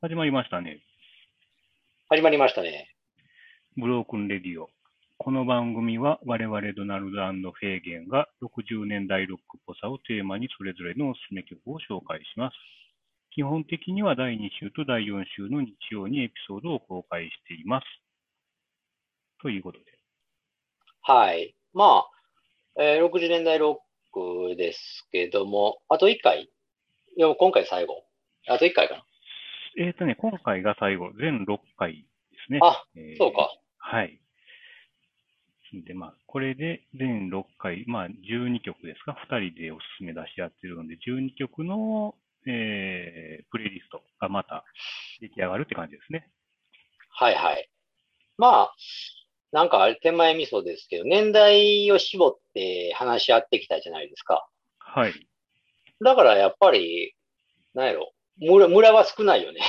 始まりましたね。 始まりましたね。 ブロークンレディオ。この番組は我々ドナルド&フェーゲンが60年代ロックっぽさをテーマにそれぞれのおすすめ曲を紹介します。基本的には第2週と第4週の日曜にエピソードを公開しています。ということで。 はい。60年代ロックですけども、あと1回。いや、今回最後。あと1回かな。 今回が最後、全6回ですね。 あ、そうか。 はい。で、これで全6回、12曲ですか、2人でおすすめ出し合ってるので、12曲の、プレイリストがまた出来上がるって感じですね。 はいはい。まあ、なんかあれ手前味噌ですけど、年代を絞って話し合ってきたじゃないですか。 はい。 だからやっぱり、なんやろ。ムラは少ないよね。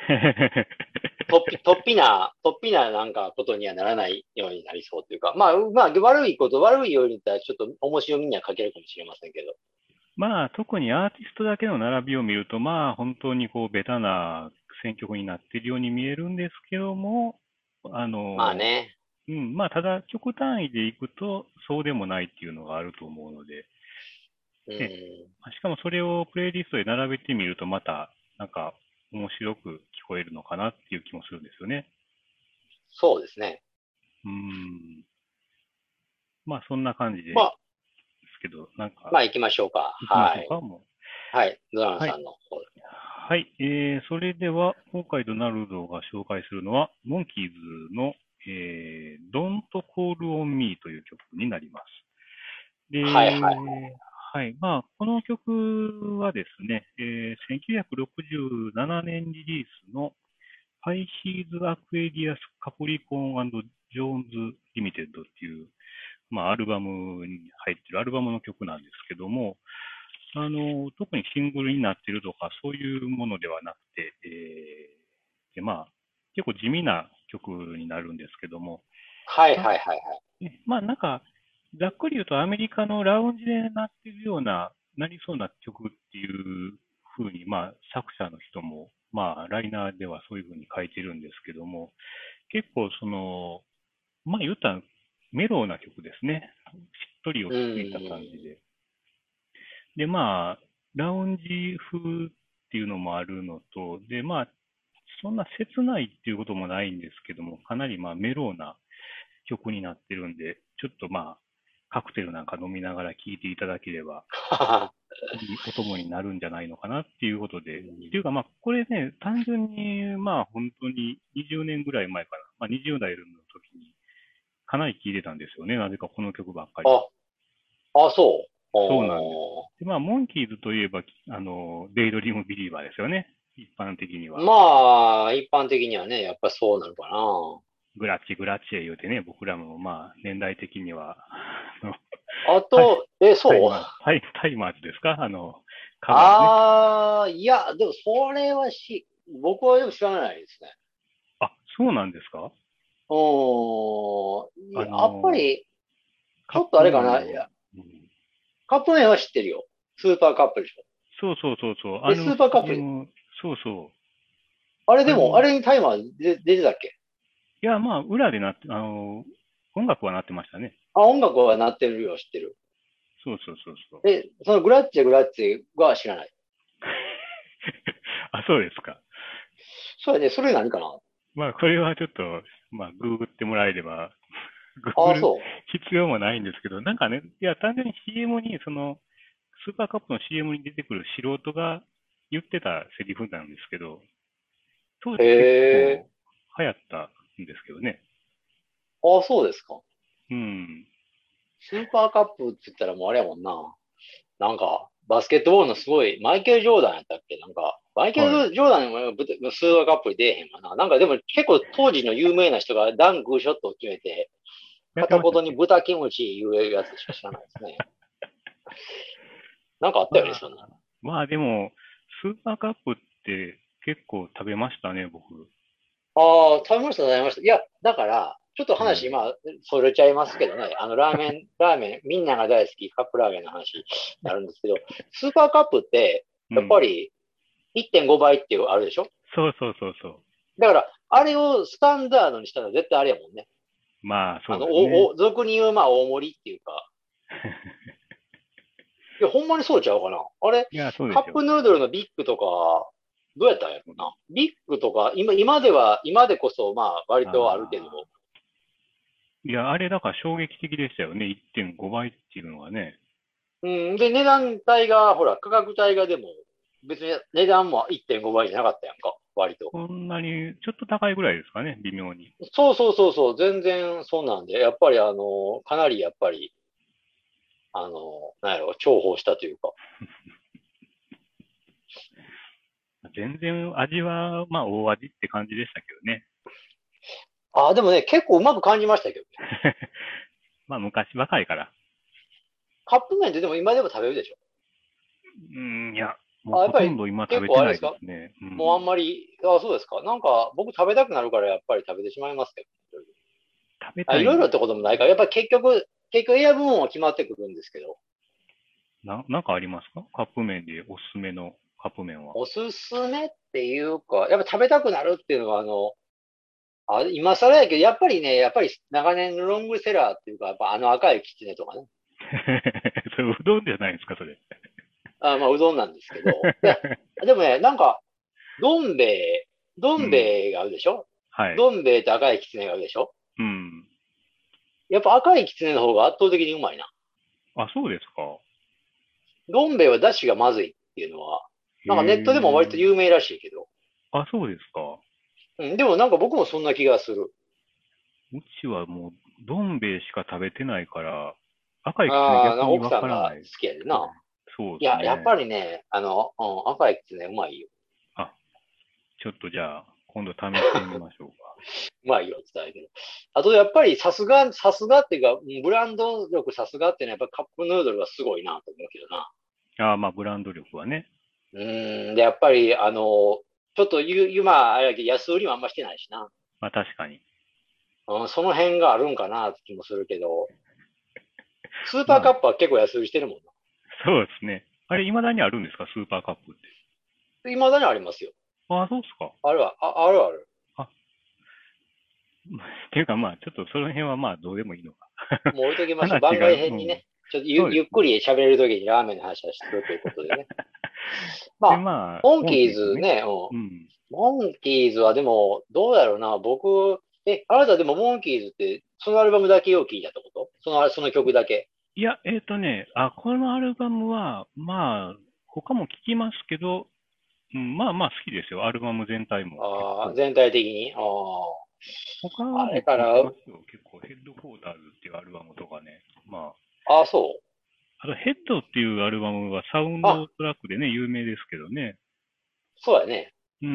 突飛ななんかことにはならないようになりそうというか、悪いように言ったらちょっと面白みには欠けるかもしれませんけど。 特にアーティストだけの並びを見ると、本当にこう、ベタな選曲になっているように見えるんですけども、あの、 まあね。 ただ曲単位でいくと、そうでもないっていうのがあると思うので、 うね、 ん。 しかもそれをプレイリストで並べてみると、また、なんか、面白く聞こえるのかなっていう気もするんですよね。 そうですね。 うーん。そんな感じででまあ、 すけど、なんか、 まあ行きましょうか。 行きましはい。 ょうか、もう。 はい。ドナルドはい。 さんの方。 はい。それでは、今回ドナルドが紹介するのは、モンキーズの、Don't Call on Me という曲になります。 はいはい。 で、はい。この曲はですね、1967年リリースのハイシーズ・アクエリアス・カプリコーンジョーンズ・リミテッドっていう、アルバムに入ってるアルバムの曲なんですけども、特にシングルになってるとか、そういうものではなくて、結構地味な曲になるんですけども、 はいあはいはいはい。 なんか、ざっくり言うとアメリカのラウンジでなってるような、なりそうな曲っていう風に、作者の人も、ライナーではそういう風に書いてるんですけども、結構言ったらメローな曲ですね。しっとりう落ち着いた感じん。 で。で、ラウンジ風っていうのもあるのと、で、そんな切ないっていうこともないんですけども、かなりメローな曲になってるんで、ちょっとカクテルなんか飲みながら聴いていただければ、いいお供になるんじゃないのかなっていうことで、っていうかこれね、単純に本当に20年ぐらい前かな、20代の時にかなり聴いてたんですよね、なぜかこの曲ばっかり。 あ、あ、そう。 そうなんです。 おで、モンキーズといえば、デイドリームビリーバーですよね。一般的には。 まあ、一般的にはね、やっぱそうなのかな。 グラッチ、グラッチェ言うてね、僕らも年代的には、あの、タイ、 あと、そう。 タイマーズですかカバーのね。 ああ、いや、でもそれは僕はでも知らないですね。 あ、そうなんですか？ やっぱり、ちょっとカップあれかな。い麺の、 や、 うん、 カップ麺は知ってるよ。スーパーカップでしょ。 そうそうそうそう、 スーパーカップ、 CM、そうそう、 あれでも、ああれも、 れにタイマー出てたっけ？ いや、裏でなって、音楽はなってましたね。 あ、音楽は鳴ってるよ、知ってる。 そうそうそうそう。 そのグラッチェは知らない。 あ、そうですか。 そうやね、それ何かな？ これはちょっと、ググってもらえれば、グーああ、 グルそ必要もないんですけど、なんかね、いや、単純に CM に、スーパーカップの CM に出てくる素人が言ってたセリフなんですけど、当う。 時結へえ。 構流行ったんですけどね。 ああ、そうですか。 うん。 スーパーカップって言ったらもうあれやもんな。なんか、バスケットボールのすごい、マイケル・ジョーダンやったっけ？なんか、マイケはい。 ル・ジョーダンもスーパーカップに出えへんかな。なんかでも結構当時の有名な人がダンクショットを決めて、 やって片言にましたっけ？ 豚キムチ言うやつしか知らないですね。なんかあったよね、 まそんな。 でも、スーパーカップって結構食べましたね、僕。 ああ、食べました、食べました。いや、だから、ちょっと話、 うん。 それちゃいますけどね。ラーメン、みんなが大好きカップラーメンの話になるんですけど、スーパーカップって、やっうん。 ぱり1.5倍っていうあるでしょ？ そうそうそうそう。 だから、あれをスタンダードにしたら絶対あれやもんね。 まあ、そうですね。 俗に言う、まあ、大盛りっていうか。いや、ほんまにそうちゃうかな。あれ、 いや、そうでカッすよ。 プヌードルのビッグとか、どうやったんやろな。ビッグとか、今でこそ、まあ、割とあるけど、 ああ。いや、あれだから衝撃的でしたよね。1.5倍っていうのはね。 うん、で、値段帯が、ほら、価格帯がでも、別に値段も1.5倍じゃなかったやんか、割と。 そんなに、ちょっと高いぐらいですかね、微妙に。 そうそうそうそう、全然そうなんで、やっぱりかなりやっぱり、なんやろ、重宝したというか。 全然味は、まあ、大味って感じでしたけどね。 ああ、でもね、結構うまく感じましたけどね。 まあ、昔若いから。 カップ麺ってでも今でも食べるでしょ。 うん、いや、もうあ、やっほぱりとんど今食結べてない構あれですか？ ですね。うもうあんん。 まり、あ、そうですか。なんか、僕食べたくなるからやっぱり食べてしまいますけど。 食べあ、 たいんですいろいろってこともないから、やっけど、 ぱり結局選ぶもんは決まってくるんですけど、 なんかありますか？カップ麺でおすすめのカップ麺は。 おすすめっていうか、やっぱ食べたくなるっていうのは、今更やけど、やっぱり長年のロングセラーっていうか、やっぱ赤いきつねとかね。 それうどんじゃないですか、それ。 あ、まあ、うどんなんですけど。いや、でもね、なんか、どん兵衛、どんうん。 兵衛があるでしょ？ はい。 どん兵衛と赤いきつねがあるでしょ？ うん。ややっぱ赤いきつねの方が圧倒的にうまいな。 あ、そうですか。 どん兵衛は出汁がまずいっていうのは、 へなんかネットでも割とえ。 有名らしいけど。 あ、そうですか。 うん、でもなんか僕もそんな気がする。 うちはもう、どん兵衛しか食べてないから、赤いきつねああ、なんか逆にわ奥さんがからないで好きやですね。 な。 そういや、やっぱですね。 りね、赤いきつねうまいよ。 あ、ちょっとじゃあ、今度試してみましょうか。 うまいよ、伝えてる。あと、やっぱりさすがっていうか、ブランド力さすがっていうのはやっぱカップヌードルはすごいなと思うけどな。 ああ、まあ、ブランド力はね。 で、やっぱり、ちょっとまあ、あれだけど安売りもあんましてないしな。 まあ、確かに。 うん、その辺があるんかなって気もするけど、スーパーまあ、 カップは結構安売りしてるもんそうですね。あれ、未だにあるんですか、スーパーカップって。 な。未だにありますよ。 ああ、そうですか。 あるある。 あ、っていうかまあ、ちょっとその辺はまあ、どうでもいいのか。 もう置いときましょう。番話が、 外うん、 編にね、ちょっとゆっそうですね。 くり喋れるときにラーメンの話はするということでね。まで、 あ、 まあ、 モンキモンキーズね。 ーズね、 うん。 モンキーズはでも、どうやろうな、あなたでもモンキーズって、そのアルバムだけを聴いたってこと？その曲だけ。 いや、このアルバムは、まあ、他も聴きますけど、うん、まあまあ好きですよ。アルバム全体も結構。 全体的に。あれ他も聴きから、 ますよ。結構、ヘッドフォーターズっていうアルバムとかね。まそう。 あ、あとヘッドっていうアルバムはサウンあ、 ドトラックでね、有名ですけどね。 そうやね。 うん。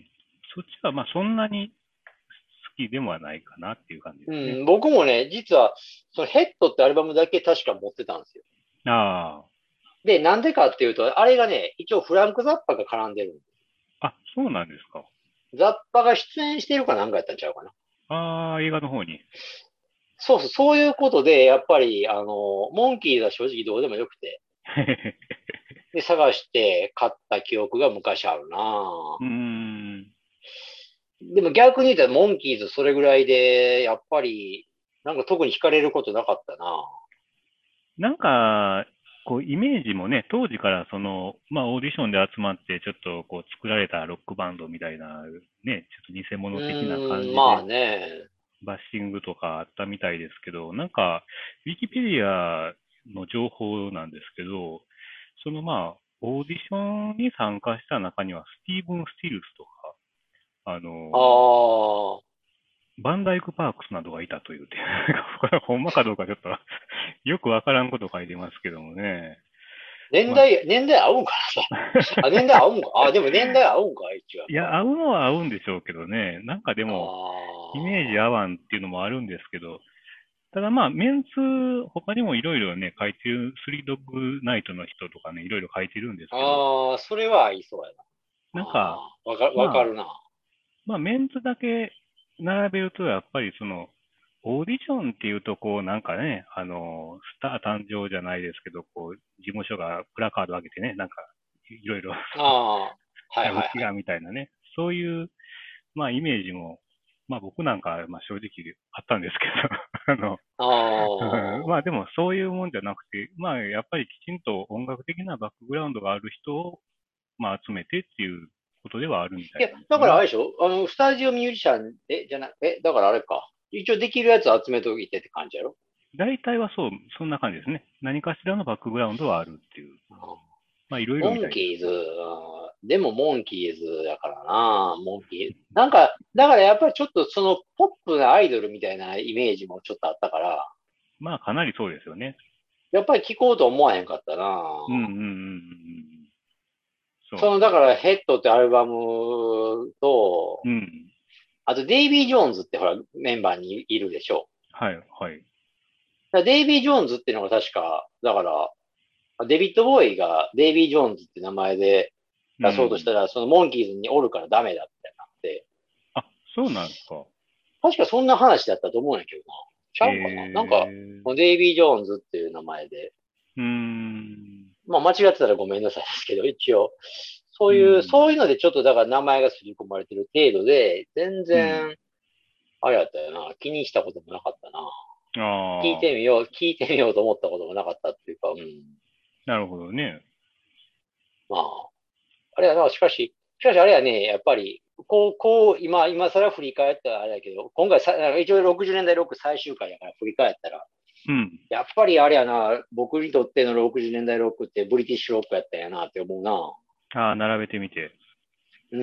そっちはまあそんなに好きでもないかなっていう感じですね。 うん、僕もね、実は、そのヘッドってアルバムだけ確か持ってたんですよ。 あで、なんでかっていうと、あれがね、一応フランク・ザッパが絡んでる。 あ。あ、そうなんですか。 ザッパが出演してるかなんかやったんちゃうかな。 ああ、映画の方に。 そうそう、そういうことで、やっぱり、モンキーズは正直どうでもよくて、で、探して買った記憶が昔あるな。 うーん。 でも逆に言ったらモンキーズそれぐらいで、やっぱり、なんか特に惹かれることなかったな。 なんか、こう、イメージもね、当時からまあ、オーディションで集まって、ちょっとこう、作られたロックバンドみたいな、ね、ちょっと偽物的な感じまあで、 ね。 バッシングとかあったみたいですけど、なんか、ウィキペディアの情報なんですけど、まあ、オーディションに参加した中には、スティーブン・スティルスとか、ああの、 あ、 バンダイク・パークスなどがいたというて、これはほんまかどうかちょっとよくわからんこと書いてますけどもね。まあ、 年代合うんかな年代合うんか。でも年代合うんか、一応やっいや、 ぱり。 合うのは合うんでしょうけどね。なんかであも、イメージ合あ。 わんっていうのもあるんですけど、ただまあ、メンツ、他にもいろいろね、書いてる、スリードッグナイトの人とかね、いろいろ書いてるんですけど、 ああ、それは合いそうやな。 なんか、 わかまあ、 るな。 まあ、メンツだけ並べると、やっぱりオーディションっていうと、こう、なんかね、スター誕生じゃないですけど、こう、事務所がプラカード上げてね、なんか、いろいろ、 ああ、はいはいうちがはい。 みたいなね。 そういう、まあイメージも、まあ僕なんか、まあ正直あったんですけど、 ああ、 まあでもそういうもんじゃなくて、まあやっぱりきちんと音楽的なバックグラウンドがある人を、まあ集めてっていうことではあるみたいや、 いなんですだよね。 からあれでしょスタジオミュージシャン、じゃな、だからあれか。一応できるやつ集めといてって感じやろ？ 大体はそう、そんな感じですね。何かしらのバックグラウンドはあるっていう。まあいろいろモみたいです。 ンキーズ、でもモンキーズやからな、モンキーズ。なんか、だからやっぱりちょっとそのポップなアイドルみたいなイメージもちょっとあったから、 まあかなりそうですよね。 やっぱり聞こうと思わへんかったな。 うんうんうんうんうん。そうその、 そう。 だからヘッドってアルバムと、 うん。 あとデイビー・ジョーンズってほらメンバーにいるでしょ。 はいはい。 だからデイビー・ジョーンズっていうのが確か、だから、デビッド・ボーイがデイビー・ジョーンズって名前で出そうとしうん。 たら、そのモンキーズにおるからダメだってなって、 あ、そうなんですか。 確かそんな話だったと思うんやけどな。ちゃうかななんか、 えデイビー・ジョーンズっていう名前で、 うーん。 まあ間違ってたらごめんなさいですけど、一応、 うん。 そういうのでちょっとだから名前が刷り込まれてる程度で、全うん。 然、あれやったよな。気にしたこともなかったな。 ああ、 聞いてみようと思ったこともなかったっていうか、うん。 なるほどね。 まあ、あれやな、しかしあれやね、やっぱり、今更振り返ったらあれだけど、今回一応60年代ロック最終回やから振り返ったら、 うん。 やっぱりあれやな、僕にとっての60年代ロックってブリティッシュロックやったんやなって思うな。 ああ、並べてみて。 うん、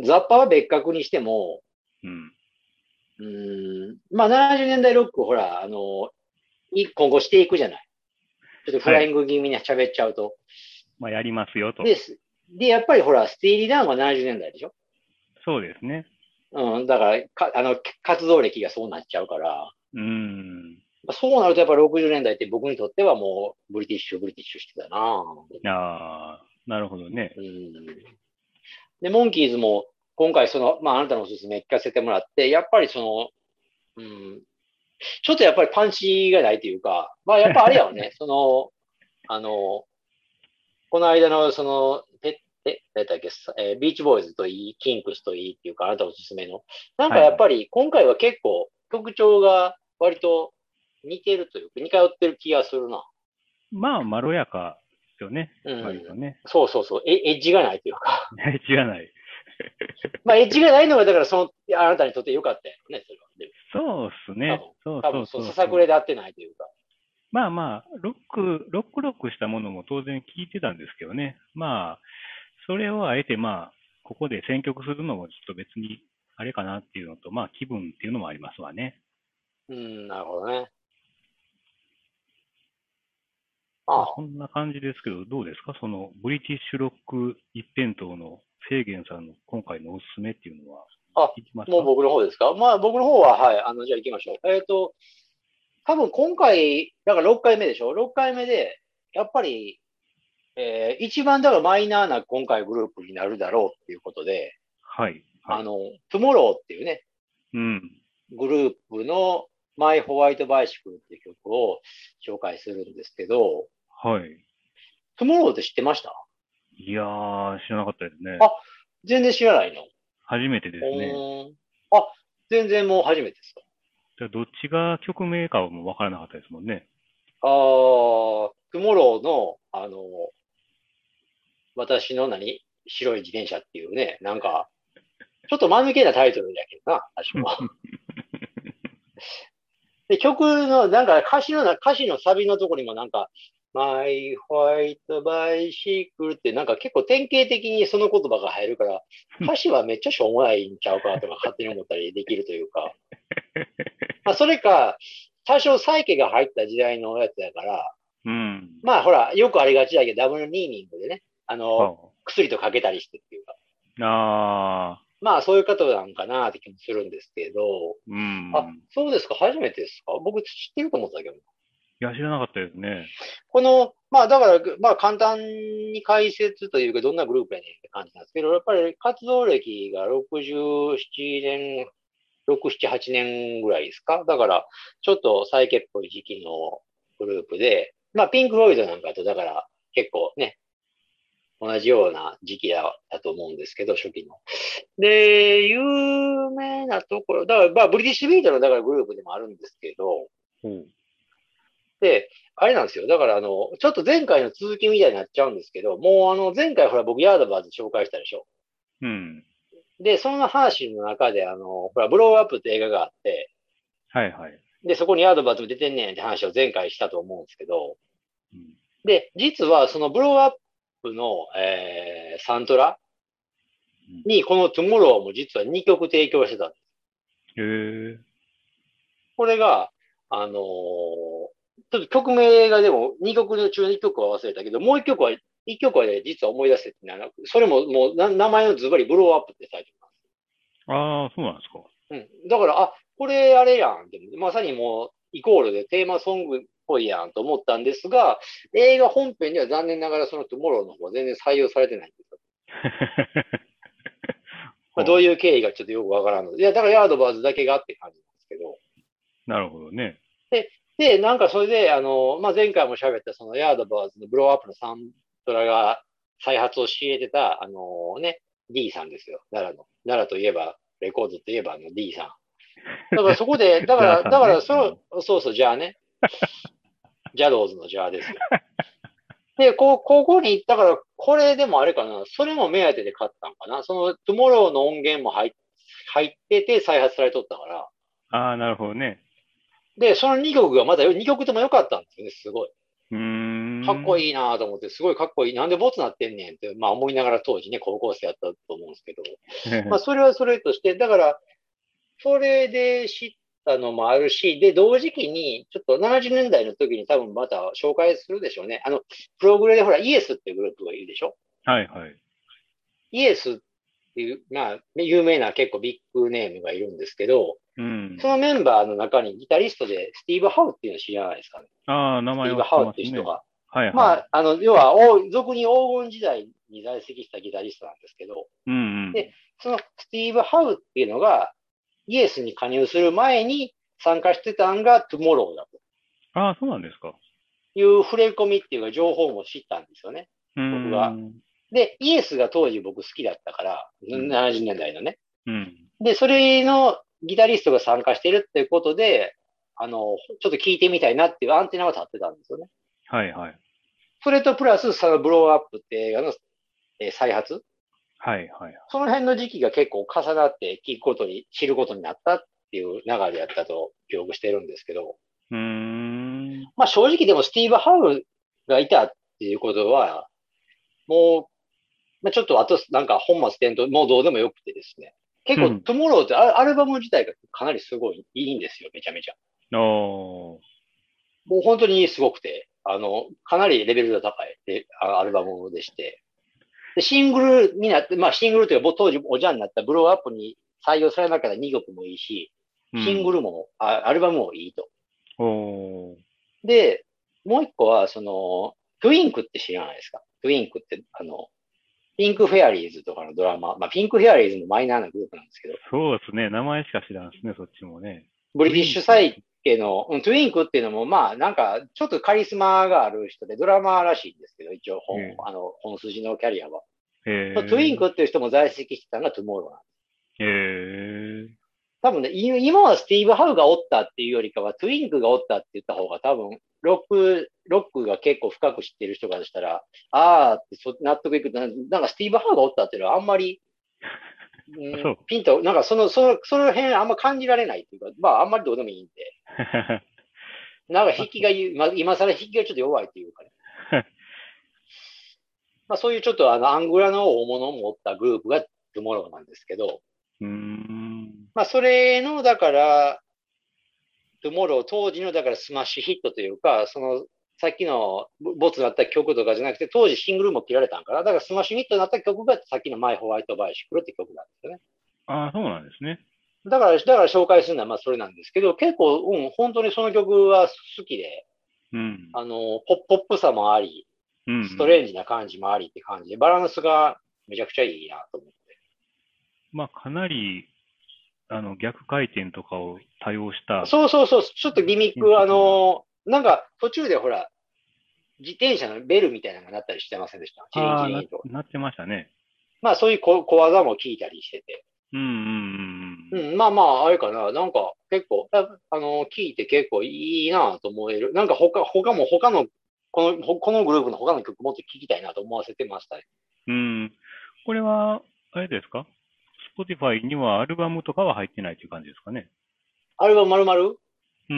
ザッパは別格にしても、 うん。 まあ70年代ロックほら、今後していくじゃない。ちょっとフはい。 ライング気味に喋っちゃうと。 まあ、やりますよと。 で、やっぱりほら、スティーリー・ダウンは70年代でしょ？ そうですね。 うん、だから、活動歴がそうなっちゃうから、 うーん。 そうなるとやっぱ60年代って僕にとってはもうブリティッシュしてたな。 ああ、なるほどね。 うん。で、モンキーズも今回まああなたのおすすめ聞かせてもらって、やっぱりうん、ちょっとやっぱりパンチがないというか、まあやっぱあれやわね、あの、この間の誰だっけ、ビーチボーイズといい、キンクスといいっていうか、あなたおすすめの。なんかはい。 やっぱり今回は結構曲調が割と似てるというか、似通ってる気がするな。 まあ、まろやかですよね。 うん。 割とね。 そうそうそう。エッジがないというか。 違わない。 まあ、エッジがないのが、だからあなたにとって良かったよね、それは。でもそうっすね。そうそうそう、 そうそう。 ささくれで合ってないというか。 まあまあ、ロックしたものも当然聞いてたんですけどね。まあ、それをあえてまあ、ここで選曲するのもちょっと別にあれかなっていうのと、まあ気分っていうのもありますわね。 うん、なるほどね。 まあああ。 そんな感じですけど、どうですかそのブリティッシュロック一辺倒のフェーゲンさんの今回のおすすめっていうのはあ、 聞いてますか？ もう僕の方ですか？まあ、僕の方は、はい、じゃあ行きましょう。多分今回、だから6回目でしょ？ 6 回目で、やっぱり、一番だからマイナーな今回グループになるだろうっていうことで、 はい、はい。 トゥモローっていうね、 うん。 グループのマイホワイトバイシクルっていう曲を紹介するんですけど、 はい。 トゥモローって知ってました？ いやー、知らなかったですね。 あ、全然知らないの？ 初めてですね。 おーん。あ、全然もう初めてですか？ じゃあどっちが曲名かはもうわからなかったですもんね。 トゥモローの、私の白い自転車っていうね、なんか、ちょっと間抜けなタイトルだけどな、多少。で、曲の、なんか歌詞のサビのところにもなんか、マイホワイトバイシクルってなんか結構典型的にその言葉が入るから、歌詞はめっちゃしょうもないんちゃうかとか勝手に思ったりできるというか。まあそれか、多少サイケが入った時代のやつだから、 うん。 まあほら、よくありがちだけど、ダブルミーニングでね、 は薬とかけたりしてっていうか。 あ。ああ、 まあそういう方なんかなって気もするんですけど、 うあ、 ん。 そうですか、初めてですか？僕知ってると思ってたけど。 いや、知らなかったですね。 まあだから、まあ簡単に解説というか、どんなグループやねんって感じなんですけど、やっぱり活動歴が67年、6、7、8年ぐらいですか？だから、ちょっとサイケっぽい時期のグループで、まあピンク・フロイドなんかと、だから結構ね、 同じような時期だと思うんですけど、初期の。で、有名なところ、だから、まあ、ブリティッシュビートのだからグループでもあるんですけど、 ほう。 で、あれなんですよ。だからちょっと前回の続きみたいになっちゃうんですけど、もう前回ほら僕ヤードバーズ紹介したでしょ。 うん。 で、その話の中でほら、ブローアップって映画があって、 はいはい。 で、そこにヤードバーズも出てんねんって話を前回したと思うんですけど、 うん。 で、実はそのブローアップの、サントラうん、 にこのトゥモローも実は2曲提供してたんです。 へえ。 これが、ちょっと曲名がでも2曲の中2曲は忘れたけど、もう1曲は、1曲はね、実は思い出せてなそれももう名前のズバリブローアップって書いてます。 ああ、そうなんですか。 うん。だから、あ、これあれやんって。まさにもうイコールでテーマソングっぽいやんと思ったんですが、映画本編では残念ながらそのトゥモローの方は全然採用されてないんですよ。まあ、どうはいう経緯がちょっとよくわからんので。いや、だからヤードバーズだけがって感じなんですけど。 あ、なるほどね。 で、で、なんかそれで、まあ、前回も喋ったそのヤードバーズのブローアップのサントラが再発を仕入れてた、D さんですよ。奈良といえば、レコードといえばD さん。だからそこで、 じゃあさんね。うん。 そうそう、じゃあね、ジャドーズのジャーですよ。で、ここに行ったから、これでもあれかな、それも目当てで買ったんかな。その、トゥモローの音源も入ってて再発されとったから。 ああ、なるほどね。 で、その2曲がまだ2曲とも良かったんですよね、すごい。 うーん。 かっこいいなと思って、すごいかっこいい。なんでボツなってんねんって、まあ思いながら当時ね、高校生やったと思うんですけど。まあそれはそれとして、だから、それで知ったのもあるし、で、同時期に、ちょっと70年代の時に多分また紹介するでしょうね。プログレでほら、イエスっていうグループがいるでしょ。 はいはい。 イエスっていう、まあ、有名な結構ビッグネームがいるんですけど、 うん。 そのメンバーの中にギタリストでスティーブ・ハウっていうの知らないですかね。 ああ、名スティーブ・前は知ってハウっますね。 ていう人が。 はいはい。 まあ、要は、俗に黄金時代に在籍したギタリストなんですけど、 うんうん。 で、そのスティーブ・ハウっていうのが、イエスに加入する前に参加してたんがトゥモローだとああ、そうなんですか。 いう触れ込みっていうか情報も知ったんですよね。 うー僕が。 ん。 で、イエスが当時僕好きだったから、 うん。 70年代のね。 うん。 で、それのギタリストが参加してるっていうことで、ちょっと聞いてみたいなっていうアンテナが立ってたんですよね。 はいはい。 それとプラス、そのブローアップって映画の、再発。 はいはい。 その辺の時期が結構重なって知ることになったっていう流れやったと記憶してるんですけど、 うーん。 まあ正直でもスティーブ・ハウがいたっていうことは、もう、まあ、ちょっとあとなんか本末転倒、もうどうでもよくてですね。結構、 うん。 トゥモローってアルバム自体がかなりすごいいいんですよ、めちゃめちゃ。 ああ。 もう本当にすごくて、かなりレベルが高いアルバムでして。で、シングルになって、まあシングルというか、当時おじゃんになったブローアップに採用されなかった2曲もいいし、シングうん。 ルも、アルバムもいいと。 おー。 で、もう一個は、トゥインクって知らないですか？トゥインクって、ピンクフェアリーズとかのドラマ、まあピンクフェアリーズもマイナーなグループなんですけど、 そうですね。名前しか知らんですね、そっちもね。 ブリティットゥインク。 シュサイ系の、トゥインクっていうのも、まあ、なんか、ちょっとカリスマがある人で、ドラマーらしいんですけど、一応え本筋のキャリアは。 ー、 トゥインえクっていう人も在籍してたのがトゥモローなんです。 ー、え多分ね、今はスティーブ・ハウがおったっていうよりかは、トゥインクがおったって言った方が多分、ロックが結構深く知ってる人からしたら、あーって納得いくと、なんかスティーブ・ハウがおったっていうのはあんまり、 ー、そう。 ピンと、なんかその辺あんま感じられないっていうか、まああんまりどうでもいいんで、なんかあ、 引きが今更引きがちょっと弱いっていうかね。まあそういうちょっとアングラの大物を持ったグループがトゥモローなんですけど、 うーん。 まあそれの、だから、トゥモロー当時の、だからスマッシュヒットというか、さっきのボツになった曲とかじゃなくて、当時シングルも切られたんかな。だからスマッシュヒットになった曲がさっきのマイホワイトバイシクルって曲なんですよね。 ああ、そうなんですね。 だから紹介するのはまあそれなんですけど、結構、本当にその曲は好きで、 うん。 ポップさもあり、 うんうストレん。 ンジな感じもありって感じで、バランスがめちゃくちゃいいなと思って。 まあ、かなり、逆回転とかを多用したそうそうそう、ちょっとギミック、 新的な。 なんか途中でほら、 自転車のベルみたいなのがなったりしてませんでした？チリンチああ、 リンと。 なってましたね。 まあそういう小技も聞いたりしてて。 うんうんうん、まあまあ、あれかな。なんか結構、聞いて結構いいなと思える。なんか他の、このグループの他の曲もっと聞きたいなと思わせてましたね。 うんうん。うん。これは、あれですか？ Spotify にはアルバムとかは入ってないっていう感じですかね。 あれは丸々 うん。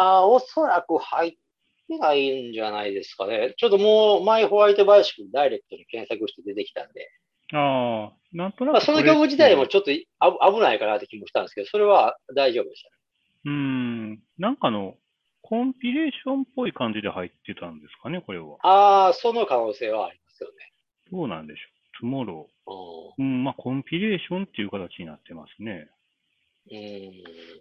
ああ、おそらく入ってないんじゃないですかね。ちょっともう、マイホワイトバイシクルダイレクトに検索して出てきたんで。 ああ、なんとなまあ、 くこれっその曲自体もて、 ちょっと危ないかなって気もしたんですけど、それは大丈夫でしたね。 なんかコンピレーションっぽい感じで入ってたんですかね、これは。 ああ、その可能性はありますよね。 どうなんでしょう。Tomorrow。 うまあ、コンピレーションっていう形になってますね。 ん。うん。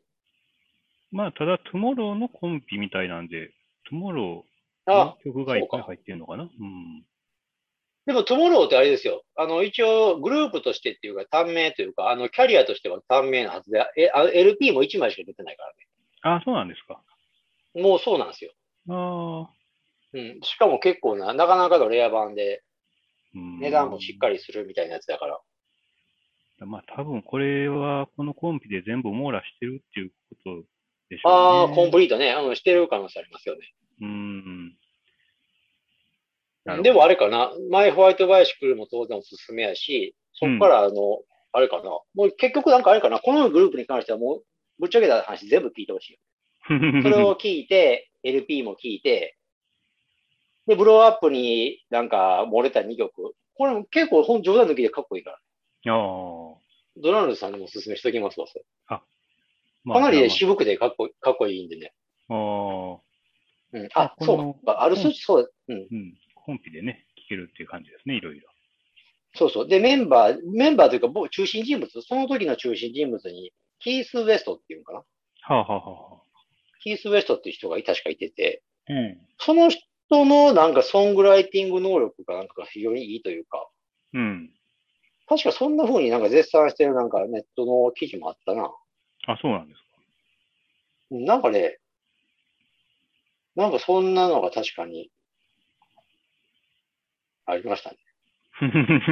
まあ、ただ、Tomorrow のコンピみたいなんで、Tomorrow のあ、 曲がいっそうか。 ぱい入ってるのかな。 でも、トゥモローってあれですよ。一応、グループとしてっていうか、単名というか、キャリアとしては単名のはずで、LP も1枚しか出てないからあ、そうなんですか。 ね。もうそうなんですよ。 ああ、 うん。しかも結構なかなかのレア版で、 うー値段もしっかん。 りするみたいなやつだから。 まあ、多分これは、このコンピで全部網羅してるっていうことでしょうああ、コンね。 プリートね。してる可能性ありますよね。 うーん。なうんでもるほど。 あれかな。マイホワイトバイシクルも当然おすすめやし、そこかうん。 らあれかな。もう結局なんかあれかな。このグループに関してはもう、ぶっちゃけた話全部聞いてほしいよ。それを聞いて、LP も聞いて、で、ブローアップになんか漏れた2曲。これも結構冗談抜きでかっこいいから。 あドナルドさんにもおすすめしときますわ、それ。 あ。あ、まあ、 かなりじゃあま渋くてかっこいいんでね。 あ、 うん。 まあ、 あ、そうこのか。ある数値、そうだ。うん。 コンピでね、聴けるっていう感じですね、いろいろ。 そうそう。で、メンバーというか、中心人物、その時の中心人物に、キース・ウェストっていうのかな。 はあ、はあはあはあ、 キース・ウェストっていう人が確かいてて、 うん。 その人のなんかソングライティング能力がなんか非常にいいというか、 うん。 確かそんな風になんか絶賛してるなんかネットの記事もあったな。 あ、そうなんですなんかね、なんかそんなのが確かにありましたね。 か。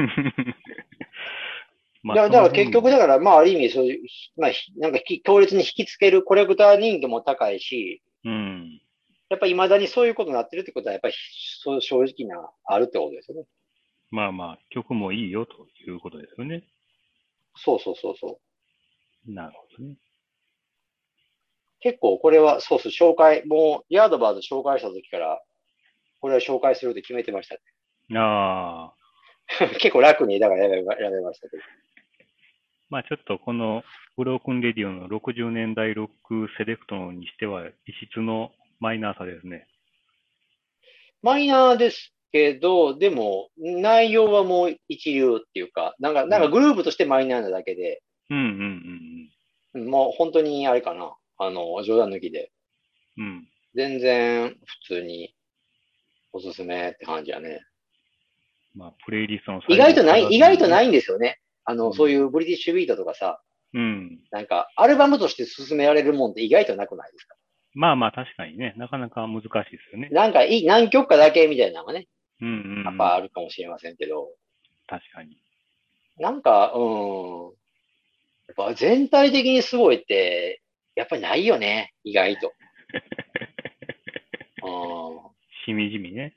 まあ、そだから結局の辺も、 だから、まあある意味そういう、まあなんか強烈に引きつけるコレクター人気も高いし、 うん。 やっぱり未だにそういうことになってるってことは、やっぱりそう正直な、あるってことですよね。 まあまあ、曲もいいよということですよね。 そうそうそうそう。 なるほどね。 結構これは、そうそう、もう、ヤードバーズ紹介した時から、これは紹介するって決めてましたね。 ああ、 結構楽に、だから選べましたけど。 まあちょっとこのブロークンレディオの60年代ロックセレクトにしては異質のマイナーさですね。 マイナーですけど、でも、内容はもう一流っていうか、なんかうん。 グループとしてマイナーなだけで、 うんうんもう本当にあれかな。冗談抜きで、 うんうん。うん。 全然普通におすすめって感じやね。 まあプレイリストの最後からね。 意外とないんですよね。そういうん。 うブリティッシュビートとかさ、 うん。 なんか、アルバムとして進められるもんって意外となくないですか？ まあまあ確かにね、なかなか難しいですよね。 なんか、何曲かだけみたいなのがね、 うんうんうやっぱあん。 るかもしれませんけど、 確かに。 なんか、やっぱ全体的にすごいって、やっぱりないよね、意外と。うん。もしみじみね。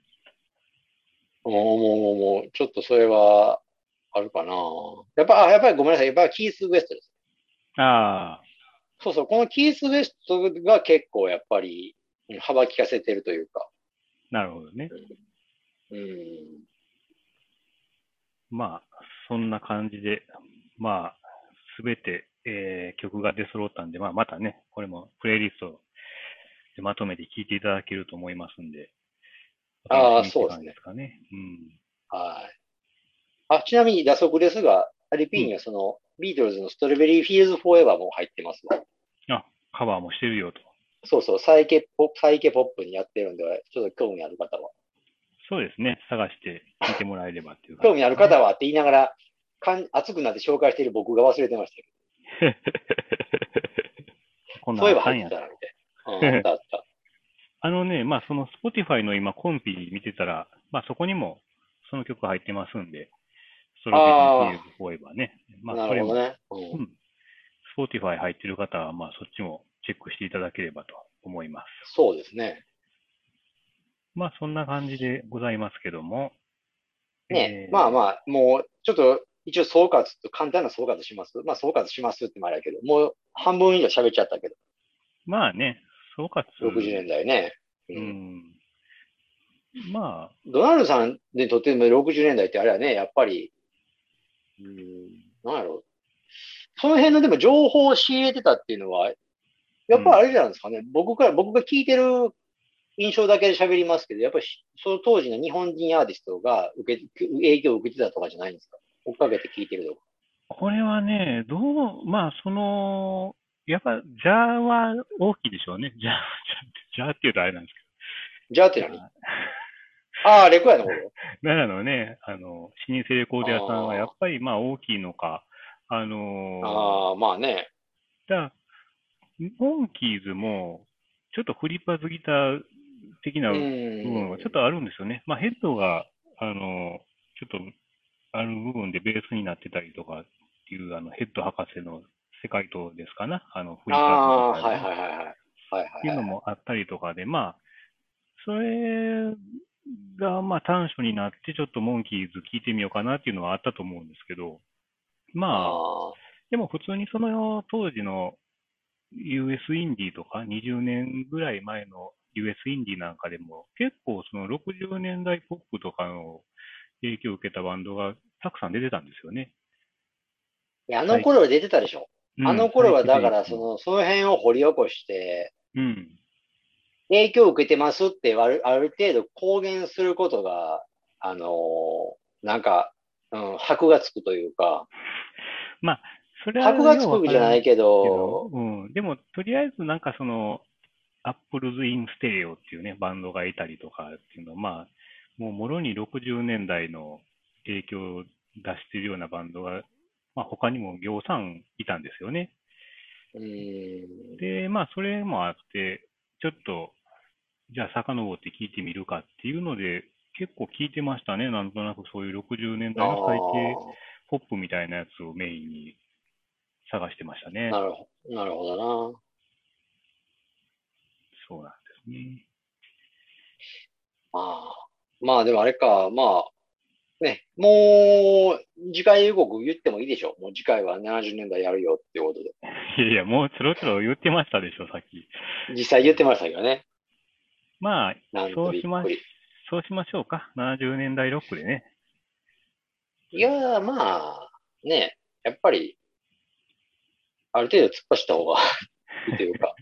ちょっとそれは、あるかな。やっぱりごめんなさい。やっぱりキース・ウェストです。 ああ、 そうそう、このキース・ウェストが結構やっぱり、幅利かせてるというか。 なるほどね。 うん。 まあ、そんな感じで、まあ、すべて、曲が出揃ったんで、まあ、またね、これもプレイリストでまとめて聴いていただけると思いますんで、お楽しああ、 みって感じでそうですね。 すかね。うん。 はい。ちなみに打足ですが、 う RP にん。 はその、ビートルズのストロベリーフィールズフォーエバーも入ってますわ。 あ、カバーもしてるよと。 そうそう、サイケポップにやってるんで、ちょっと興味ある方は。 そうですね。探して聴いてもらえればっていう感興味あじですかね。 る方はって言いながら、熱くなって紹介している僕が忘れてましたけど、 こんなんそういえば入っあったんやと。 てたな、みたいな。うん、あったあった。 まあ、その Spotify の今コンピ見てたら、まあ、そこにもその曲入ってますんで、ストロベリーフィールあドフォーエバーね。まあ、 あ、それも、 なるほどね。うん。 うん、Spotify 入ってる方は、まあ、そっちもチェックしていただければと思います。 そうですね。 まあ、そんな感じでございますけども、 ね。まあまあ、もう、ちょっと、一応総括と、簡単な総括します。まあ、総括しますってもあれやけど、もう半分以上喋っちゃったけど、 まあね、総括、 60年代ね。ううん。 ん、まあ、 ドナルドさんにとっても60年代ってあれはね、やっぱり、うん、なんやろ。その辺のでも情報を仕入れてたっていうのは、やうん、 っぱりあれじゃないですかね。僕が聞いてる印象だけで喋りますけど、やっぱりその当時の日本人アーティストが影響を受けてたとかじゃないんですか？追っかけて聞いてるとか。 これはね、まあ、やっぱ、ジャーは大きいでしょうね。ジャーって言うとあれなんですけど、 じゃあって何？ まあ、 ああー、レコヤのこと？ 奈良のね、老舗レコード屋さんはやっあぱりまあ大きいのか、ああ、 のああ、まあね。 だモンキーズも、ちょっとフリッパーズギター的なう部分はちょっーん。 とあるんですよね。まあヘッドが、ちょっとある部分でベースになってたりとかっていう、ヘッド博士の世界灯ですかな。フあリッパーズギあ、はいターのね。 はいはいはい。はいはいっていうのはいはい。 もあったりとかで、まあ、それが、まあ、短所になって、ちょっとモンキーズ聞いてみようかなっていうのはあったと思うんですけど、まあ、 ああ、 でも普通にその当時の US インディーとか20年ぐらい前の US インディーなんかでも結構その60年代ポップとかの影響を受けたバンドがたくさん出てたんですよね。 いや、あサイ、 の頃は出てたでしょ。 うん、 あのサイ頃はだから、 ケデリックの。 その辺を掘り起こして、 うん。 影響を受けてますってある程度公言することが、あのなんか、箔がつくというか、 まあ、それ箔はようわがつくじゃからんないけけど、 ど、 うん。でも、とりあえずなんかその、アップルズ・イン・ステレオっていうね、バンドがいたりとかっていうのは、まあ、もうもろに60年代の影響を出しているようなバンドが、まあ他にもぎょうさんいたんですよね。 うーん、 で、まあそれもあって、ちょっと、じゃあ遡って聞いてみるかっていうので、結構聞いてましたね。なんとなくそういう60年あ代の最低あ、 ポップみたいなやつをメインに探してましたね。 なるほどな。 そうなんですね。 まあ、まあでもあれか、まあ、ね、もう、次回予告言ってもいいでしょう。もう次回は70年代やるよっていうことで。 いやいや、もうちょろちょろ言ってましたでしょ、さっき。 実際言ってましたけどね。 まあ、 なんとそうしまし、 びっくり。 そうしましょうか。70年代ロックでね。 いやー、まあ、ね、やっぱり、ある程度突っ走った方がいいというか、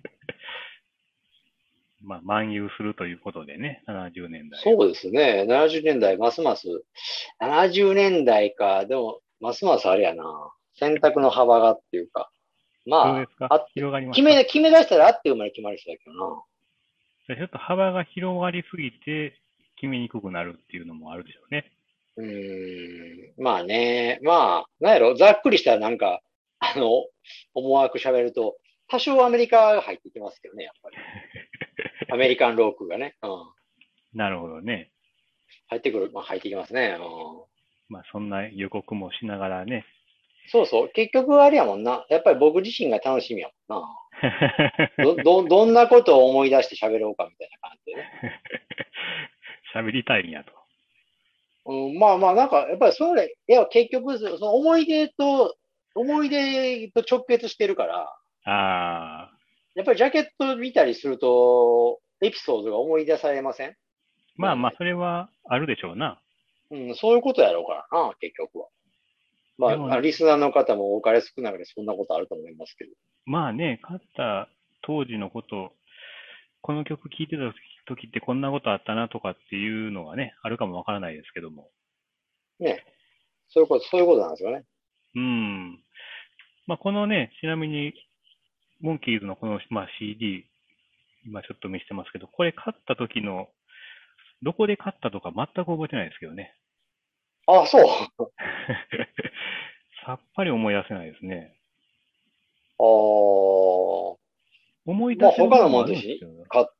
まあ、漫遊するということでね、70年代を。 そうですね。70年代、ますます、70年代か、でも、ますますあれやな。選択の幅がっていうか、まあ、 どうですか？広がりますか？ 決め出したらあっていう間に決まる人だけどな。 じゃあちょっと幅が広がりすぎて決めにくくなるっていうのもあるでしょうね。 まあね、まあ、なんやろ、ざっくりしたなんか、思惑喋ると、多少アメリカが入ってきますけどね、やっぱり。アメリカンロークがね、 なるほどね。 入ってくる、まあ入ってきますね。 まあ、そんな予告もしながらね。 そうそう、結局あれやもんな。やっぱり僕自身が楽しみやもんな。どんなことを思い出して喋ろうかみたいな感じでね。 喋りたいんやと。 まあまあ、なんか、やっぱりそれ、いや、結局、その思い出と直結してるから、 ああ、 やっぱりジャケット見たりすると、エピソードが思い出されません？ まあまあ、 脳内。 それはあるでしょうな。 そういうことやろうからな、結局は。 でも、 まあ、リスナーの方も多かれ少なかれそんなことあると思いますけど。 まあね、勝った当時のこと、この曲聴いてた時ってこんなことあったなとかっていうのがね、あるかもわからないですけども。 ね。そういうことなんですよね。 うん。まあこのね、ちなみに、モンキーズのこの、まあ、CD、今ちょっと見せてますけど、これ買った時の、どこで買ったとか全く覚えてないですけどね。 あ、そう。 さっぱり思い出せないですね。 ああ。 思いまあ、 出せるも他ののもあるんですもんとし、 けど、 か、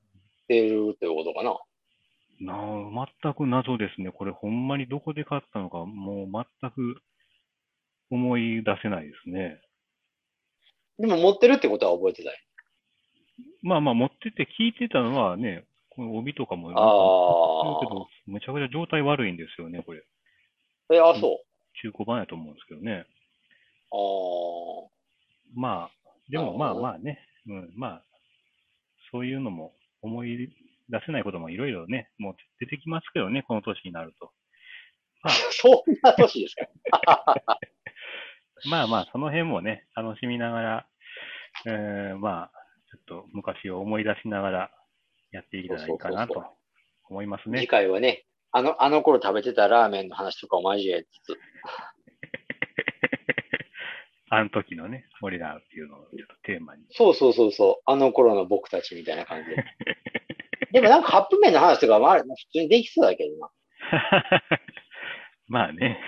ってるということかな。 全く謎ですね。これほんまにどこで買ったのか、もう全く思い出せないですね。 でも持ってるってことは覚えてたよ。 まあまあ持ってて聞いてたのはね、この帯とかもなんかするけど、 あめちゃくちゃ状態悪いんですよね、これ。 あ。あ、 中、 そ中古版やと思うんですけどね。 う。あまあ、であ。なるもまあほどね。 まあね、うん、まあ、そういうのも思い出せないこともいろいろね、もう出てきますけどね、この年になると。まあ、 そんな年ですか？ まあまあ、その辺もね、楽しみながら、まあ、ちょっと昔を思い出しながらやっていけそうそうたらいいかなとそうそ思いますう。次ね。 回はね、あの頃食べてたラーメンの話とかを交えつつ、 あの時のね、俺らっていうのをちょっとテーマに。 そうそうそうそう、あの頃の僕たちみたいな感じで。でもなんかカップ麺の話とかまあ普通にできそうだけどな。 まあね。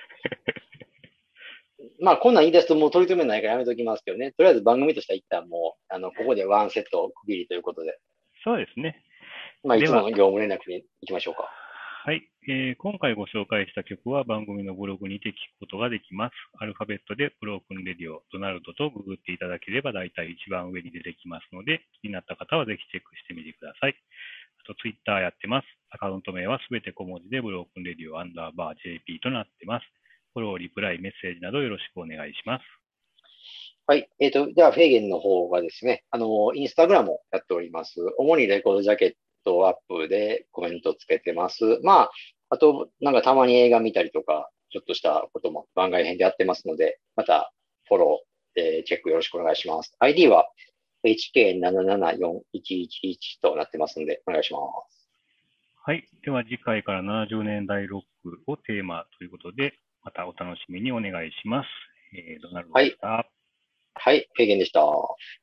まあこんなん言い出すともう取り留めないからやめときますけどね。とりあえず番組としては一旦もう、ここでワンセット区切りということで、 そうですね。 まあいでは、 つもの業務連絡に行きましょうか。 はい、今回ご紹介した曲は番組のブログにて聞くことができます。アルファベットでブロークンレディオ、ドナルドとググっていただければ大体一番上に出てきますので、気になった方はぜひチェックしてみてください。あと、ツイッターやってます。アカウント名はすべて小文字でブロークンレディオアンダーバー JP となってます。フォロー、リプライ、メッセージなどよろしくお願いします。 はい。では、フェーゲンの方がですね、インスタグラムをやっております。主にレコードジャケットアップでコメントをつけてます。まあ、あと、なんかたまに映画見たりとか、ちょっとしたことも番外編でやってますので、またフォロー、チェックよろしくお願いします。ID は HK774111 となってますので、お願いします。 はい。では次回から70年代ロックをテーマということで、またお楽しみにお願いします。ドナルドはい。 でした。 はい。フェーゲンでした。